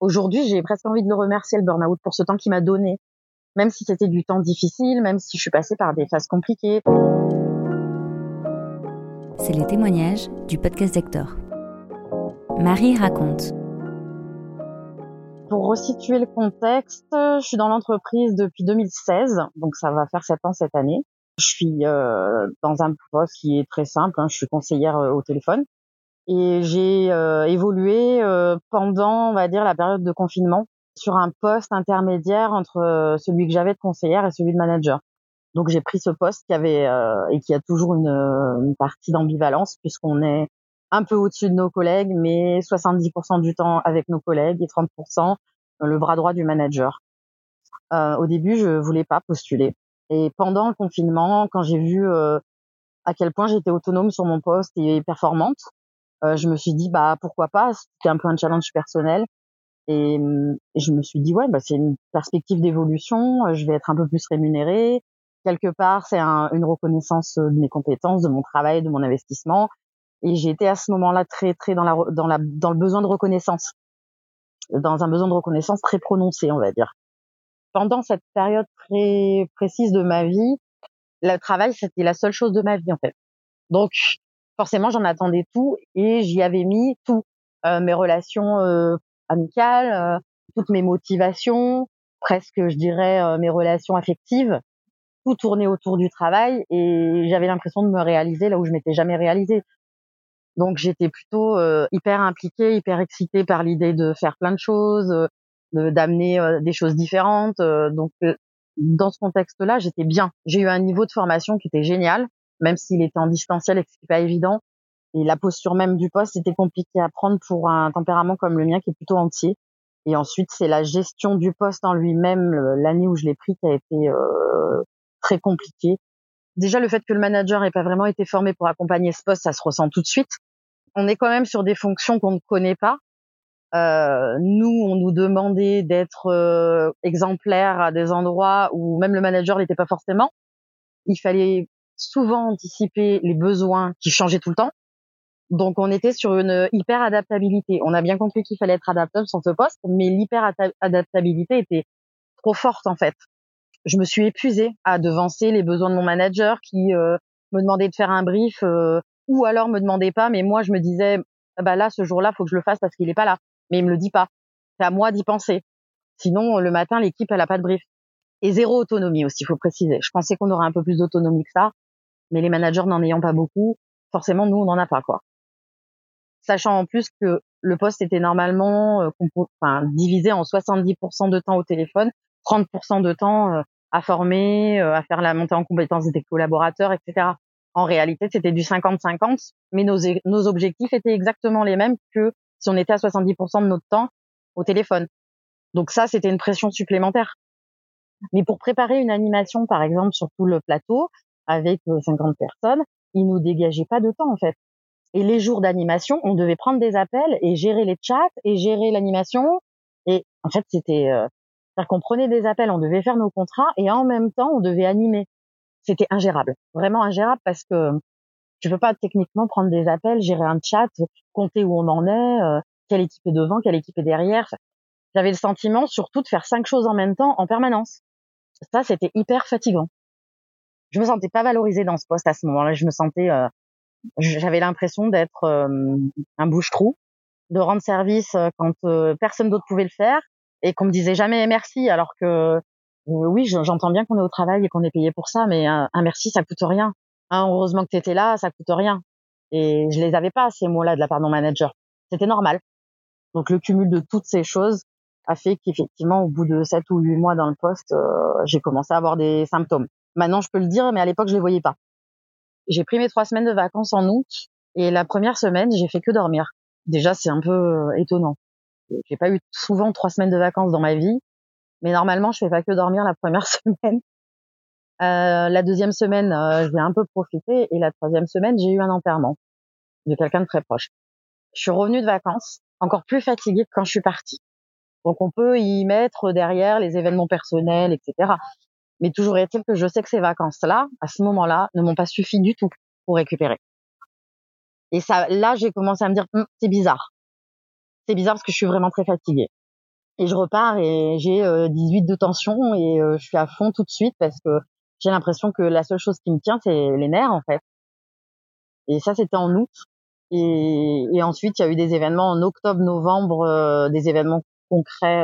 Aujourd'hui, j'ai presque envie de le remercier, le burn-out, pour ce temps qu'il m'a donné. Même si c'était du temps difficile, même si je suis passée par des phases compliquées. C'est les témoignages du podcast d'Hector. Marie raconte. Pour resituer le contexte, je suis dans l'entreprise depuis 2016, donc ça va faire 7 ans cette année. Je suis dans un poste qui est très simple, je suis conseillère au téléphone. Et j'ai évolué pendant, on va dire, la période de confinement sur un poste intermédiaire entre celui que j'avais de conseillère et celui de manager. Donc j'ai pris ce poste qui avait et qui a toujours une partie d'ambivalence, puisqu'on est un peu au-dessus de nos collègues, mais 70% du temps avec nos collègues et 30% le bras droit du manager. Au début, je voulais pas postuler. Et pendant le confinement, quand j'ai vu à quel point j'étais autonome sur mon poste et performante, je me suis dit pourquoi pas. C'était un peu un challenge personnel. Et je me suis dit c'est une perspective d'évolution, je vais être un peu plus rémunérée. Quelque part, c'est une reconnaissance de mes compétences, de mon travail, de mon investissement. Et j'ai été à ce moment-là très très dans le besoin de reconnaissance, dans un besoin de reconnaissance très prononcé, on va dire. Pendant cette période très précise de ma vie, le travail, c'était la seule chose de ma vie en fait. Donc forcément, j'en attendais tout et j'y avais mis tout, mes relations amicales, toutes mes motivations, presque je dirais mes relations affectives, tout tournait autour du travail et j'avais l'impression de me réaliser là où je m'étais jamais réalisée. Donc j'étais plutôt hyper impliquée, hyper excitée par l'idée de faire plein de choses, d'amener des choses différentes. Donc dans ce contexte-là, j'étais bien. J'ai eu un niveau de formation qui était génial, même s'il était en distanciel et que c'était pas évident. Et la posture même du poste était compliquée à prendre pour un tempérament comme le mien qui est plutôt entier. Et ensuite, c'est la gestion du poste en lui-même, l'année où je l'ai pris, qui a été très compliquée. Déjà, le fait que le manager n'ait pas vraiment été formé pour accompagner ce poste, ça se ressent tout de suite. On est quand même sur des fonctions qu'on ne connaît pas. Nous, on nous demandait d'être exemplaires à des endroits où même le manager n'était pas forcément. Il fallait souvent anticiper les besoins qui changeaient tout le temps. Donc, on était sur une hyper adaptabilité. On a bien compris qu'il fallait être adaptable sur ce poste, mais l'hyper adaptabilité était trop forte, en fait. Je me suis épuisée à devancer les besoins de mon manager qui me demandait de faire un brief ou alors me demandait pas, mais moi, je me disais, là, ce jour-là, faut que je le fasse parce qu'il est pas là. Mais il me le dit pas. C'est à moi d'y penser. Sinon, le matin, l'équipe, elle a pas de brief. Et zéro autonomie aussi, il faut préciser. Je pensais qu'on aurait un peu plus d'autonomie que ça, mais les managers n'en ayant pas beaucoup, forcément, nous, on n'en a pas, quoi. Sachant en plus que le poste était normalement divisé en 70% de temps au téléphone, 30% de temps à former, à faire la montée en compétences des collaborateurs, etc. En réalité, c'était du 50-50, mais nos objectifs étaient exactement les mêmes que si on était à 70% de notre temps au téléphone. Donc ça, c'était une pression supplémentaire. Mais pour préparer une animation, par exemple, sur tout le plateau, avec 50 personnes, ils nous dégageaient pas de temps, en fait. Et les jours d'animation, on devait prendre des appels et gérer les chats et gérer l'animation. Et en fait, c'est-à-dire qu'on prenait des appels, on devait faire nos contrats et en même temps, on devait animer. C'était ingérable, vraiment ingérable parce que tu peux pas techniquement prendre des appels, gérer un chat, compter où on en est, quelle équipe est devant, quelle équipe est derrière. J'avais le sentiment surtout de faire 5 choses en même temps en permanence. Ça, c'était hyper fatigant. Je me sentais pas valorisée dans ce poste à ce moment-là. J'avais l'impression d'être un bouche-trou, de rendre service quand personne d'autre pouvait le faire et qu'on me disait jamais merci, alors que oui, j'entends bien qu'on est au travail et qu'on est payé pour ça, mais un merci, ça coûte rien. Heureusement que tu étais là, ça coûte rien. Et je les avais pas, ces mots-là, de la part de mon manager. C'était normal. Donc le cumul de toutes ces choses a fait qu'effectivement, au bout de 7 ou 8 mois dans le poste, j'ai commencé à avoir des symptômes. Maintenant, je peux le dire, mais à l'époque, je les voyais pas. J'ai pris mes 3 semaines de vacances en août et la première semaine, j'ai fait que dormir. Déjà, c'est un peu étonnant. J'ai pas eu souvent 3 semaines de vacances dans ma vie, mais normalement, je fais pas que dormir la première semaine. La deuxième semaine, j'ai un peu profité et la troisième semaine, j'ai eu un enterrement de quelqu'un de très proche. Je suis revenue de vacances, encore plus fatiguée que quand je suis partie. Donc, on peut y mettre derrière les événements personnels, etc. Mais toujours est-il que je sais que ces vacances-là, à ce moment-là, ne m'ont pas suffi du tout pour récupérer. Et ça, là, j'ai commencé à me dire, c'est bizarre. C'est bizarre parce que je suis vraiment très fatiguée. Et je repars et j'ai 18 de tension et je suis à fond tout de suite parce que j'ai l'impression que la seule chose qui me tient, c'est les nerfs, en fait. Et ça, c'était en août. Et ensuite, il y a eu des événements en octobre, novembre, des événements concrets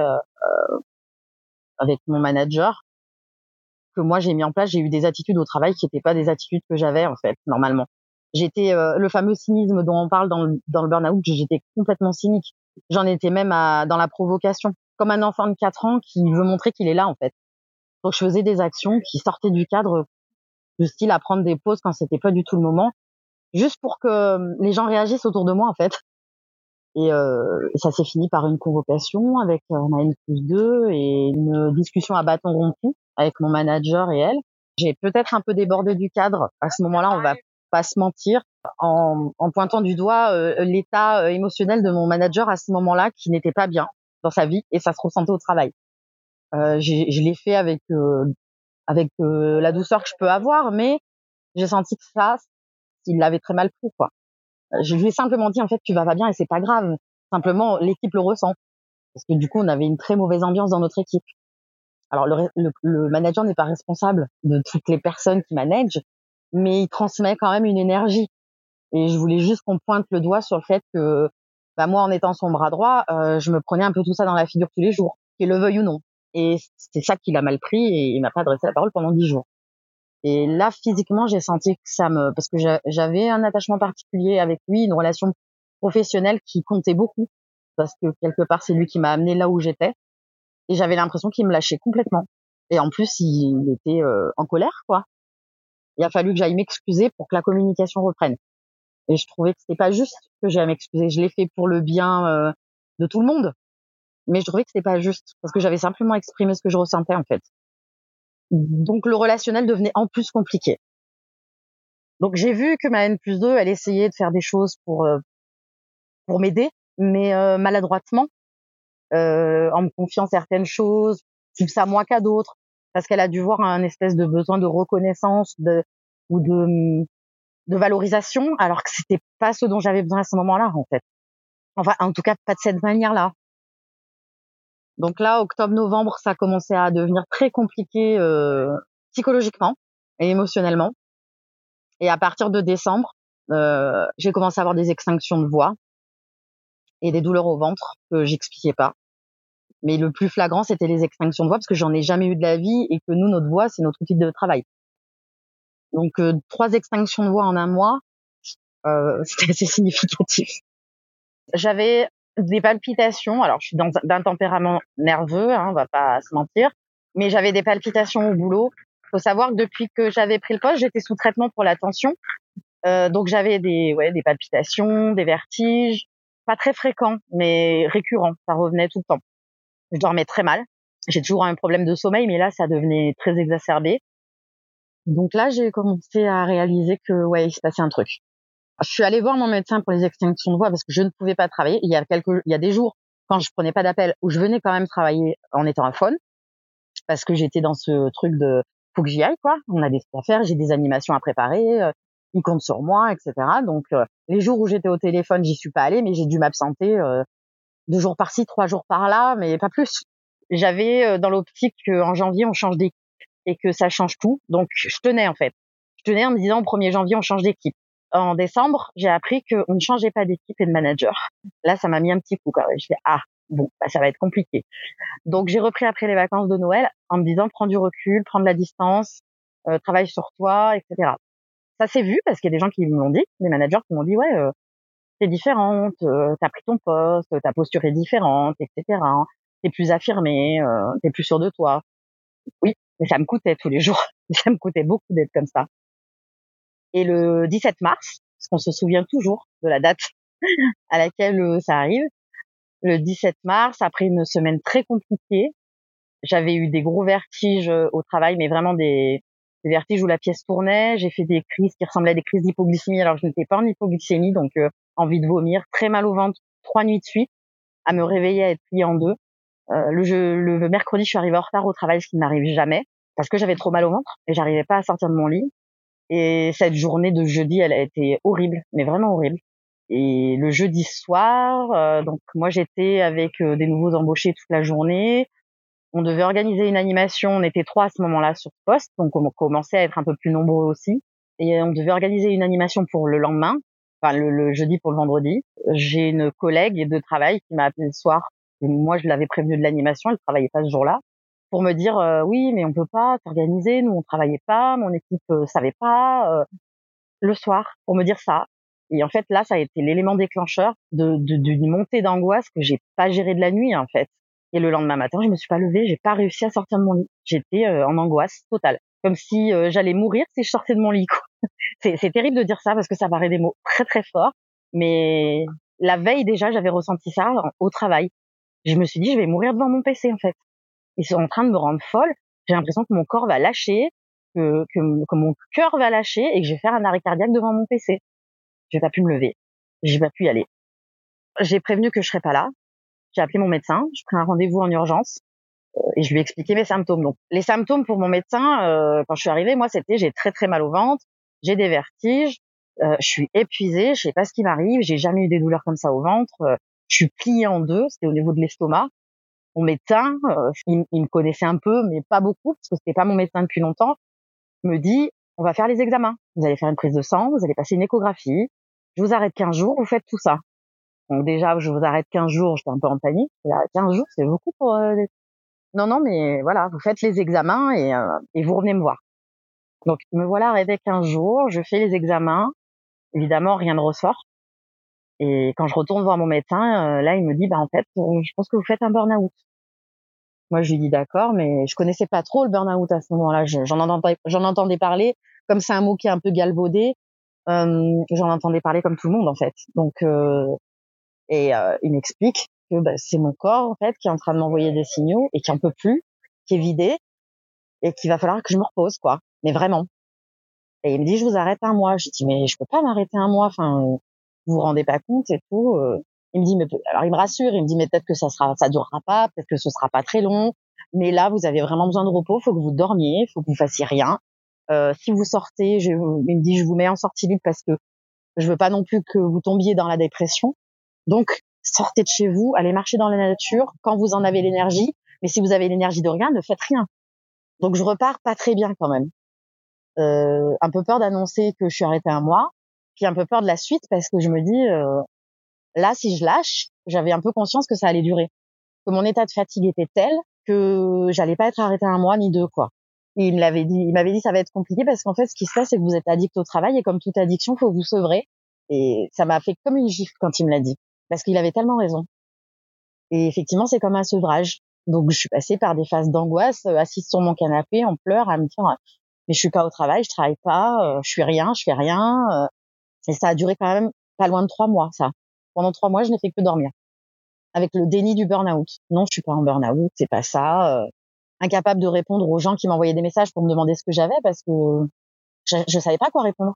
avec mon manager que moi j'ai mis en place. J'ai eu des attitudes au travail qui n'étaient pas des attitudes que j'avais, en fait, normalement. J'étais le fameux cynisme dont on parle dans le burn-out. J'étais complètement cynique. J'en étais même dans la provocation, comme un enfant de 4 ans qui veut montrer qu'il est là, en fait. Donc je faisais des actions qui sortaient du cadre, du style à prendre des pauses quand c'était pas du tout le moment, juste pour que les gens réagissent autour de moi, en fait. Et ça s'est fini par une convocation avec on a N+2 et une discussion à bâton rompu avec mon manager et elle. J'ai peut-être un peu débordé du cadre. À ce moment-là, on va pas se mentir, en pointant du doigt l'état émotionnel de mon manager à ce moment-là qui n'était pas bien dans sa vie et ça se ressentait au travail. Je l'ai fait avec la douceur que je peux avoir, mais j'ai senti que ça, il l'avait très mal pris, quoi. Je lui ai simplement dit, en fait, tu vas pas bien et c'est pas grave. Simplement, l'équipe le ressent. Parce que du coup, on avait une très mauvaise ambiance dans notre équipe. Alors, le manager n'est pas responsable de toutes les personnes qui managent, mais il transmet quand même une énergie. Et je voulais juste qu'on pointe le doigt sur le fait que, bah, moi, en étant son bras droit, je me prenais un peu tout ça dans la figure tous les jours, qu'il le veuille ou non. Et c'est ça qu'il a mal pris et il m'a pas adressé la parole pendant 10 jours. Et là, physiquement, j'ai senti que parce que j'avais un attachement particulier avec lui, une relation professionnelle qui comptait beaucoup, parce que quelque part, c'est lui qui m'a amené là où j'étais. Et j'avais l'impression qu'il me lâchait complètement. Et en plus, il était en colère, quoi. Il a fallu que j'aille m'excuser pour que la communication reprenne. Et je trouvais que c'était pas juste que j'aille m'excuser. Je l'ai fait pour le bien de tout le monde, mais je trouvais que c'était pas juste parce que j'avais simplement exprimé ce que je ressentais, en fait. Donc le relationnel devenait en plus compliqué. Donc j'ai vu que ma N+2, elle essayait de faire des choses pour m'aider, mais maladroitement, en me confiant certaines choses, plus à moi qu'à d'autres, parce qu'elle a dû voir un espèce de besoin de reconnaissance ou de valorisation, alors que c'était pas ce dont j'avais besoin à ce moment-là, en fait. Enfin, en tout cas, pas de cette manière-là. Donc là, octobre-novembre, ça commençait à devenir très compliqué psychologiquement et émotionnellement. Et à partir de décembre, j'ai commencé à avoir des extinctions de voix et des douleurs au ventre que j'expliquais pas. Mais le plus flagrant, c'était les extinctions de voix parce que j'en ai jamais eu de la vie et que nous, notre voix, c'est notre outil de travail. Donc 3 extinctions de voix en un mois, c'était assez significatif. J'avais des palpitations. Alors, je suis d'un tempérament nerveux, hein, on va pas se mentir, mais j'avais des palpitations au boulot. Faut savoir que depuis que j'avais pris le poste, j'étais sous traitement pour la tension. Donc j'avais des palpitations, des vertiges, pas très fréquents, mais récurrents. Ça revenait tout le temps. Je dormais très mal. J'ai toujours un problème de sommeil, mais là, ça devenait très exacerbé. Donc là, j'ai commencé à réaliser que, il se passait un truc. Je suis allée voir mon médecin pour les extinctions de voix parce que je ne pouvais pas travailler. Il y a des jours, quand je prenais pas d'appel, où je venais quand même travailler en étant à phone, parce que j'étais dans ce truc de, faut que j'y aille, quoi. On a des trucs à faire, j'ai des animations à préparer, ils comptent sur moi, etc. Donc, les jours où j'étais au téléphone, j'y suis pas allée, mais j'ai dû m'absenter 2 jours par-ci, 3 jours par-là, mais pas plus. J'avais dans l'optique qu'en janvier, on change d'équipe et que ça change tout. Donc, je tenais, en fait. Je tenais en me disant, au 1er janvier, on change d'équipe. En décembre, j'ai appris qu'on ne changeait pas d'équipe et de manager. Là, ça m'a mis un petit coup, quand même. Je fais, ça va être compliqué. Donc, j'ai repris après les vacances de Noël en me disant, prends du recul, prends de la distance, travaille sur toi, etc. Ça s'est vu parce qu'il y a des gens qui me l'ont dit, des managers qui m'ont dit, t'es différente, t'as pris ton poste, ta posture est différente, etc. T'es plus affirmée, t'es plus sûre de toi. Oui, mais ça me coûtait tous les jours. Ça me coûtait beaucoup d'être comme ça. Et le 17 mars, parce qu'on se souvient toujours de la date à laquelle ça arrive, le 17 mars, après une semaine très compliquée, j'avais eu des gros vertiges au travail, mais vraiment des vertiges où la pièce tournait. J'ai fait des crises qui ressemblaient à des crises d'hypoglycémie, alors je n'étais pas en hypoglycémie, donc envie de vomir, très mal au ventre, 3 nuits de suite, à me réveiller, à être pliée en deux. Le mercredi, je suis arrivée en retard au travail, ce qui ne m'arrive jamais, parce que j'avais trop mal au ventre et j'arrivais pas à sortir de mon lit. Et cette journée de jeudi, elle a été horrible, mais vraiment horrible. Et le jeudi soir, donc moi j'étais avec des nouveaux embauchés toute la journée. On devait organiser une animation. On était 3 à ce moment-là sur poste, donc on commençait à être un peu plus nombreux aussi. Et on devait organiser une animation pour le lendemain, enfin le jeudi pour le vendredi. J'ai une collègue de travail qui m'a appelé le soir. Et moi, je l'avais prévenue de l'animation. Elle travaillait pas ce jour-là pour me dire oui, mais on peut pas s'organiser. Nous, on travaillait pas. Mon équipe savait pas. Le soir, pour me dire ça. Et en fait, là, ça a été l'élément déclencheur d'une montée d'angoisse que j'ai pas gérée de la nuit, en fait. Et le lendemain matin, je me suis pas levée, j'ai pas réussi à sortir de mon lit. J'étais en angoisse totale, comme si j'allais mourir si je sortais de mon lit, quoi. C'est terrible de dire ça parce que ça paraît des mots très très forts, mais la veille déjà, j'avais ressenti ça au travail. Je me suis dit, je vais mourir devant mon PC, en fait. Ils sont en train de me rendre folle. J'ai l'impression que mon corps va lâcher, que mon cœur va lâcher et que je vais faire un arrêt cardiaque devant mon PC. J'ai pas pu me lever. J'ai pas pu y aller. J'ai prévenu que je serais pas là. J'ai appelé mon médecin. J'ai pris un rendez-vous en urgence et je lui ai expliqué mes symptômes. Donc, les symptômes pour mon médecin, quand je suis arrivée, moi, c'était j'ai très très mal au ventre, j'ai des vertiges, je suis épuisée, je sais pas ce qui m'arrive, j'ai jamais eu des douleurs comme ça au ventre, je suis pliée en deux, c'était au niveau de l'estomac. Mon médecin, il me connaissait un peu, mais pas beaucoup, parce que c'était pas mon médecin depuis longtemps, me dit, on va faire les examens. Vous allez faire une prise de sang, vous allez passer une échographie. Je vous arrête 15 jours, vous faites tout ça. Donc déjà, je vous arrête 15 jours, j'étais un peu en panique. Et là, 15 jours, c'est beaucoup pour... Non, non, mais voilà, vous faites les examens et vous revenez me voir. Donc, me voilà arrêtée 15 jours, je fais les examens. Évidemment, rien ne ressort. Et quand je retourne voir mon médecin, là, il me dit, bah en fait, je pense que vous faites un burn-out. Moi, je lui dis d'accord, mais je connaissais pas trop le burn-out à ce moment-là. J'en entendais parler, comme c'est un mot qui est un peu galvaudé, j'en entendais parler comme tout le monde en fait. Donc, il m'explique que bah, c'est mon corps en fait qui est en train de m'envoyer des signaux et qui en peut plus, qui est vidé et qu'il va falloir que je me repose quoi. Mais vraiment. Et il me dit je vous arrête un mois. Je dis mais je peux pas m'arrêter un mois. Enfin, vous vous rendez pas compte et tout. Il me dit mais alors il me rassure. Il me dit mais peut-être que ça durera pas, peut-être que ce sera pas très long. Mais là vous avez vraiment besoin de repos. Faut que vous dormiez, faut que vous fassiez rien. Si vous sortez, il me dit je vous mets en sortie libre parce que je veux pas non plus que vous tombiez dans la dépression. Donc, sortez de chez vous, allez marcher dans la nature quand vous en avez l'énergie. Mais si vous avez l'énergie de rien, ne faites rien. Donc, je repars pas très bien quand même. Un peu peur d'annoncer que je suis arrêtée un mois, puis un peu peur de la suite parce que je me dis, là, si je lâche, j'avais un peu conscience que ça allait durer, que mon état de fatigue était tel que j'allais pas être arrêtée un mois ni deux, quoi. Et il m'avait dit, ça va être compliqué parce qu'en fait, ce qui se passe, c'est que vous êtes addict au travail et comme toute addiction, faut vous sevrer. Et ça m'a fait comme une gifle quand il me l'a dit. Parce qu'il avait tellement raison. Et effectivement, c'est comme un sevrage. Donc, je suis passée par des phases d'angoisse, assise sur mon canapé, en pleurs, à me dire, mais je suis pas au travail, je travaille pas, je suis rien, je fais rien. Et ça a duré quand même pas loin de 3 mois, ça. Pendant 3 mois, je n'ai fait que dormir. Avec le déni du burn-out. Non, je suis pas en burn-out, c'est pas ça. Incapable de répondre aux gens qui m'envoyaient des messages pour me demander ce que j'avais parce que je savais pas quoi répondre.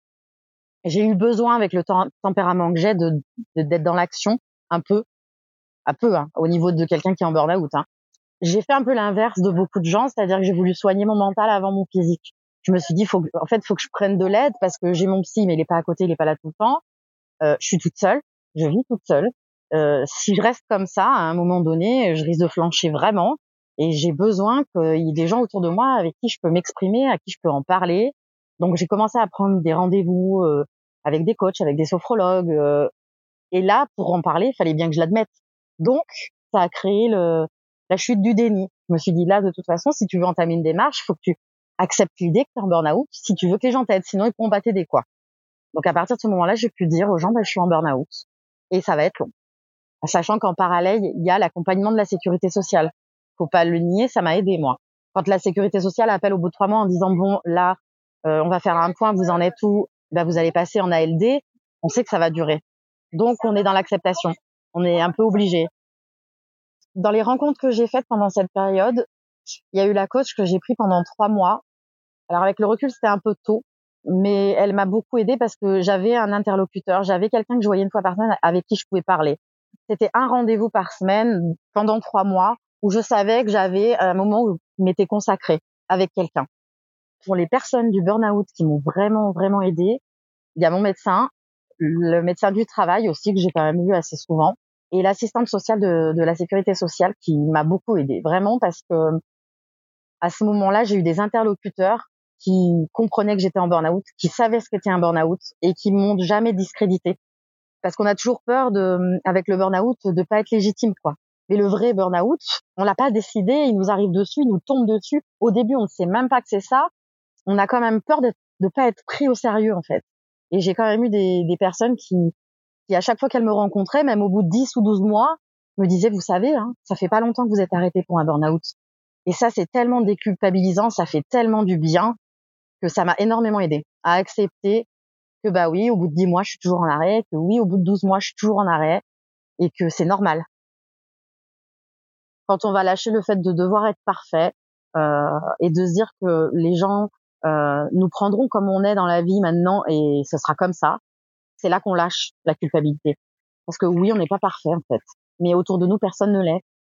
J'ai eu besoin, avec le tempérament que j'ai, d'être dans l'action, un peu, hein, au niveau de quelqu'un qui est en burn-out, hein. J'ai fait un peu l'inverse de beaucoup de gens, c'est-à-dire que j'ai voulu soigner mon mental avant mon physique. Je me suis dit, faut que je prenne de l'aide parce que j'ai mon psy, mais il est pas à côté, il est pas là tout le temps. Je suis toute seule, je vis toute seule. Si je reste comme ça, à un moment donné, je risque de flancher vraiment. Et j'ai besoin qu'il y ait des gens autour de moi avec qui je peux m'exprimer, à qui je peux en parler. Donc j'ai commencé à prendre des rendez-vous avec des coachs, avec des sophrologues. Et là, pour en parler, il fallait bien que je l'admette. Donc, ça a créé la chute du déni. Je me suis dit, là, de toute façon, si tu veux entamer une démarche, il faut que tu acceptes l'idée que tu es en burn-out si tu veux que les gens t'aident. Sinon, ils pourront pas t'aider, quoi. Donc, à partir de ce moment-là, j'ai pu dire aux gens, je suis en burn-out. Et ça va être long. Sachant qu'en parallèle, il y a l'accompagnement de la sécurité sociale. Faut pas le nier, ça m'a aidé, moi. Quand la sécurité sociale appelle au bout de 3 mois en disant, bon, là, on va faire un point, vous en êtes où? Vous allez passer en ALD. On sait que ça va durer. Donc, on est dans l'acceptation. On est un peu obligé. Dans les rencontres que j'ai faites pendant cette période, il y a eu la coach que j'ai pris pendant 3 mois. Alors, avec le recul, c'était un peu tôt, mais elle m'a beaucoup aidée parce que j'avais un interlocuteur, j'avais quelqu'un que je voyais une fois par semaine avec qui je pouvais parler. C'était un rendez-vous par semaine pendant 3 mois où je savais que j'avais un moment où je m'étais consacrée avec quelqu'un. Pour les personnes du burn-out qui m'ont vraiment, vraiment aidée, il y a mon médecin, le médecin du travail aussi, que j'ai quand même vu assez souvent, et l'assistante sociale de la sécurité sociale qui m'a beaucoup aidée, vraiment, parce que à ce moment-là, j'ai eu des interlocuteurs qui comprenaient que j'étais en burn-out, qui savaient ce qu'était un burn-out et qui m'ont jamais discrédité. Parce qu'on a toujours peur avec le burn-out, de pas être légitime, quoi. Mais le vrai burn-out, on l'a pas décidé, il nous arrive dessus, il nous tombe dessus. Au début, on ne sait même pas que c'est ça. On a quand même peur de pas être pris au sérieux, en fait. Et j'ai quand même eu des personnes qui, à chaque fois qu'elles me rencontraient, même au bout de 10 ou 12 mois, me disaient, vous savez, hein, ça fait pas longtemps que vous êtes arrêté pour un burn-out. Et ça, c'est tellement déculpabilisant, ça fait tellement du bien que ça m'a énormément aidé à accepter que bah oui, au bout de 10 mois, je suis toujours en arrêt, que oui, au bout de 12 mois, je suis toujours en arrêt et que c'est normal. Quand on va lâcher le fait de devoir être parfait et de se dire que les gens nous prendront comme on est dans la vie maintenant et ce sera comme ça, c'est là qu'on lâche la culpabilité. Parce que oui, on n'est pas parfait en fait, mais autour de nous, personne ne l'est.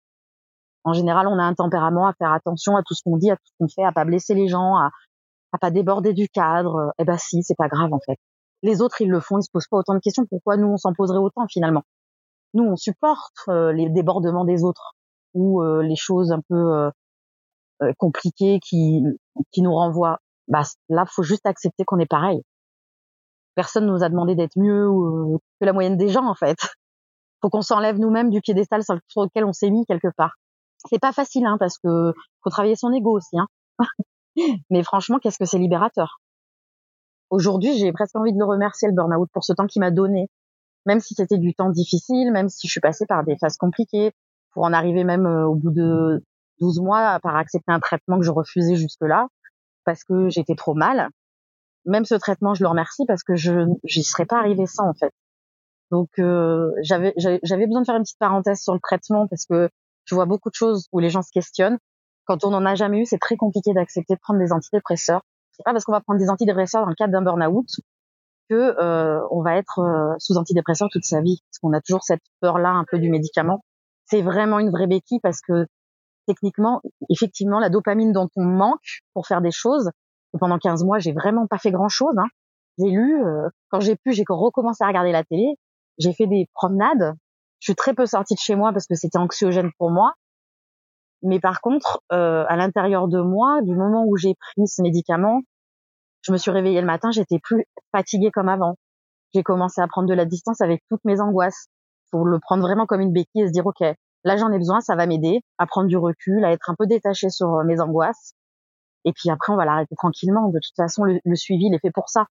En général, on a un tempérament à faire attention à tout ce qu'on dit, à tout ce qu'on fait, à pas blesser les gens, à pas déborder du cadre. Eh ben si, c'est pas grave en fait. Les autres, ils le font, ils se posent pas autant de questions. Pourquoi nous, on s'en poserait autant finalement? Nous, on supporte les débordements des autres ou les choses un peu compliquées qui nous renvoient. Bah là, faut juste accepter qu'on est pareil. Personne nous a demandé d'être mieux que la moyenne des gens en fait. Faut qu'on s'enlève nous-mêmes du piédestal sur lequel on s'est mis quelque part. C'est pas facile, hein, parce que faut travailler son ego aussi, hein. Mais franchement, qu'est-ce que c'est libérateur. Aujourd'hui, j'ai presque envie de le remercier, le burn-out, pour ce temps qu'il m'a donné. Même si c'était du temps difficile, même si je suis passée par des phases compliquées, pour en arriver même au bout de 12 mois par accepter un traitement que je refusais jusque-là, parce que j'étais trop mal. Même ce traitement, je le remercie parce que j'y serais pas arrivée sans, en fait. Donc, j'avais besoin de faire une petite parenthèse sur le traitement parce que je vois beaucoup de choses où les gens se questionnent. Quand on n'en a jamais eu, c'est très compliqué d'accepter de prendre des antidépresseurs. C'est pas parce qu'on va prendre des antidépresseurs dans le cadre d'un burn-out que on va être sous antidépresseurs toute sa vie, parce qu'on a toujours cette peur-là un peu du médicament. C'est vraiment une vraie béquille parce que techniquement, effectivement, la dopamine dont on manque pour faire des choses. Pendant 15 mois, j'ai vraiment pas fait grand-chose, hein. J'ai lu, quand j'ai recommencé à regarder la télé. J'ai fait des promenades. Je suis très peu sortie de chez moi parce que c'était anxiogène pour moi. Mais par contre, à l'intérieur de moi, du moment où j'ai pris ce médicament, je me suis réveillée le matin, j'étais plus fatiguée comme avant. J'ai commencé à prendre de la distance avec toutes mes angoisses pour le prendre vraiment comme une béquille et se dire, OK, là, j'en ai besoin, ça va m'aider à prendre du recul, à être un peu détachée sur mes angoisses. Et puis après, on va l'arrêter tranquillement. De toute façon, le suivi, il est fait pour ça.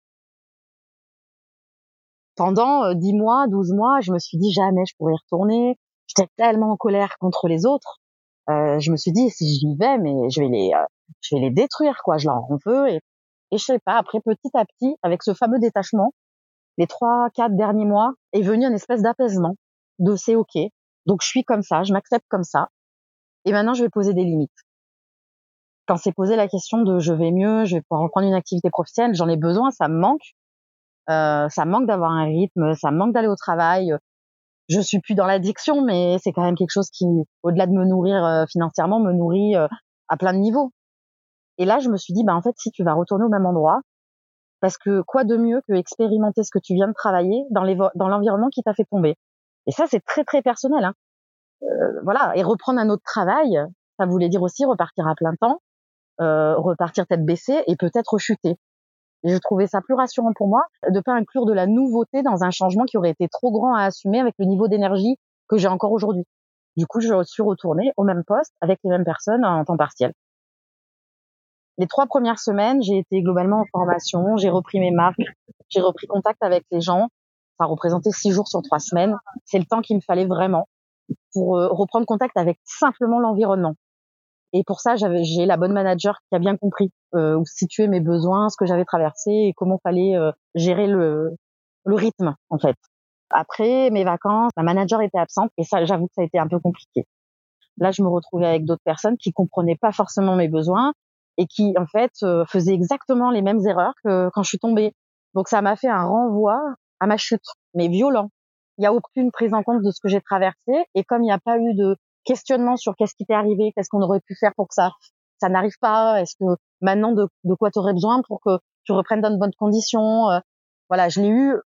Pendant 10 mois, 12 mois, je me suis dit jamais je pourrais y retourner. J'étais tellement en colère contre les autres. Je me suis dit, si j'y vais, mais je vais les détruire, quoi. Je leur en veux. Et je sais pas, après, petit à petit, avec ce fameux détachement, les 3, 4 derniers mois, est venu une espèce d'apaisement, de c'est OK. Donc, je suis comme ça, je m'accepte comme ça. Et maintenant, je vais poser des limites. Quand c'est posé la question de je vais mieux, je vais pouvoir reprendre une activité professionnelle, j'en ai besoin, ça me manque. Ça me manque d'avoir un rythme, ça me manque d'aller au travail. Je suis plus dans l'addiction, mais c'est quand même quelque chose qui, au-delà de me nourrir financièrement, me nourrit à plein de niveaux. Et là, je me suis dit, bah en fait, si tu vas retourner au même endroit, parce que quoi de mieux que expérimenter ce que tu viens de travailler dans l'environnement qui t'a fait tomber. Et ça, c'est très très personnel, hein. Voilà. Et reprendre un autre travail, ça voulait dire aussi repartir à plein temps, repartir tête baissée et peut-être rechuter. Et je trouvais ça plus rassurant pour moi de pas inclure de la nouveauté dans un changement qui aurait été trop grand à assumer avec le niveau d'énergie que j'ai encore aujourd'hui. Du coup, je suis retournée au même poste avec les mêmes personnes en temps partiel. Les 3 premières semaines, j'ai été globalement en formation, j'ai repris mes marques, j'ai repris contact avec les gens. Ça représentait 6 jours sur 3 semaines. C'est le temps qu'il me fallait vraiment pour reprendre contact avec simplement l'environnement. Et pour ça, j'ai la bonne manager qui a bien compris où situer mes besoins, ce que j'avais traversé et comment fallait gérer le rythme, en fait. Après mes vacances, ma manager était absente et ça, j'avoue que ça a été un peu compliqué. Là, je me retrouvais avec d'autres personnes qui comprenaient pas forcément mes besoins et qui, en fait, faisaient exactement les mêmes erreurs que quand je suis tombée. Donc, ça m'a fait un renvoi à ma chute, mais violent. Il y a aucune prise en compte de ce que j'ai traversé et comme il n'y a pas eu de questionnement sur qu'est-ce qui t'est arrivé, qu'est-ce qu'on aurait pu faire pour que ça n'arrive pas, est-ce que maintenant de quoi tu aurais besoin pour que tu reprennes dans de bonnes conditions, voilà, je l'ai eu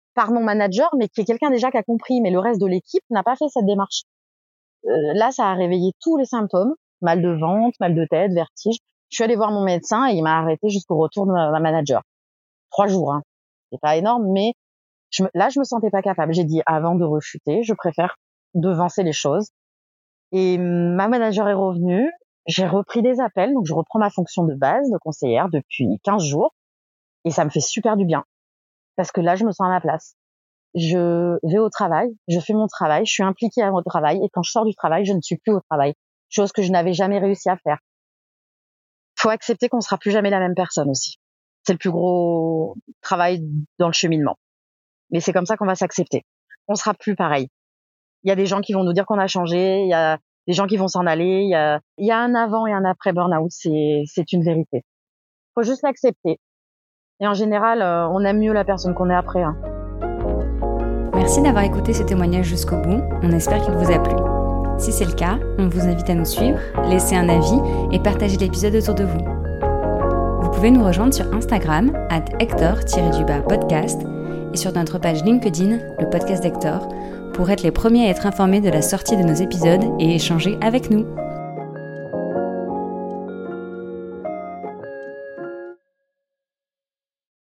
par mon manager, mais qui est quelqu'un déjà qui a compris, mais le reste de l'équipe n'a pas fait cette démarche. Là, ça a réveillé tous les symptômes, mal de ventre, mal de tête, vertige. Je suis allée voir mon médecin et il m'a arrêté jusqu'au retour de ma manager. 3 jours, hein. C'est pas énorme, mais là, je me sentais pas capable. J'ai dit, avant de rechuter, je préfère devancer les choses. Et ma manager est revenue. J'ai repris des appels, donc je reprends ma fonction de base de conseillère depuis 15 jours. Et ça me fait super du bien. Parce que là, je me sens à ma place. Je vais au travail, je fais mon travail, je suis impliquée au travail. Et quand je sors du travail, je ne suis plus au travail. Chose que je n'avais jamais réussi à faire. Faut accepter qu'on sera plus jamais la même personne aussi. C'est le plus gros travail dans le cheminement. Mais c'est comme ça qu'on va s'accepter. On sera plus pareil. Il y a des gens qui vont nous dire qu'on a changé, il y a des gens qui vont s'en aller, il y a un avant et un après burn-out, c'est une vérité. Faut juste l'accepter. Et en général, on aime mieux la personne qu'on est après. Hein. Merci d'avoir écouté ce témoignage jusqu'au bout. On espère qu'il vous a plu. Si c'est le cas, on vous invite à nous suivre, laisser un avis et partager l'épisode autour de vous. Vous pouvez nous rejoindre sur Instagram @Hector_podcast et sur notre page LinkedIn, le podcast d'Hector, pour être les premiers à être informés de la sortie de nos épisodes et échanger avec nous.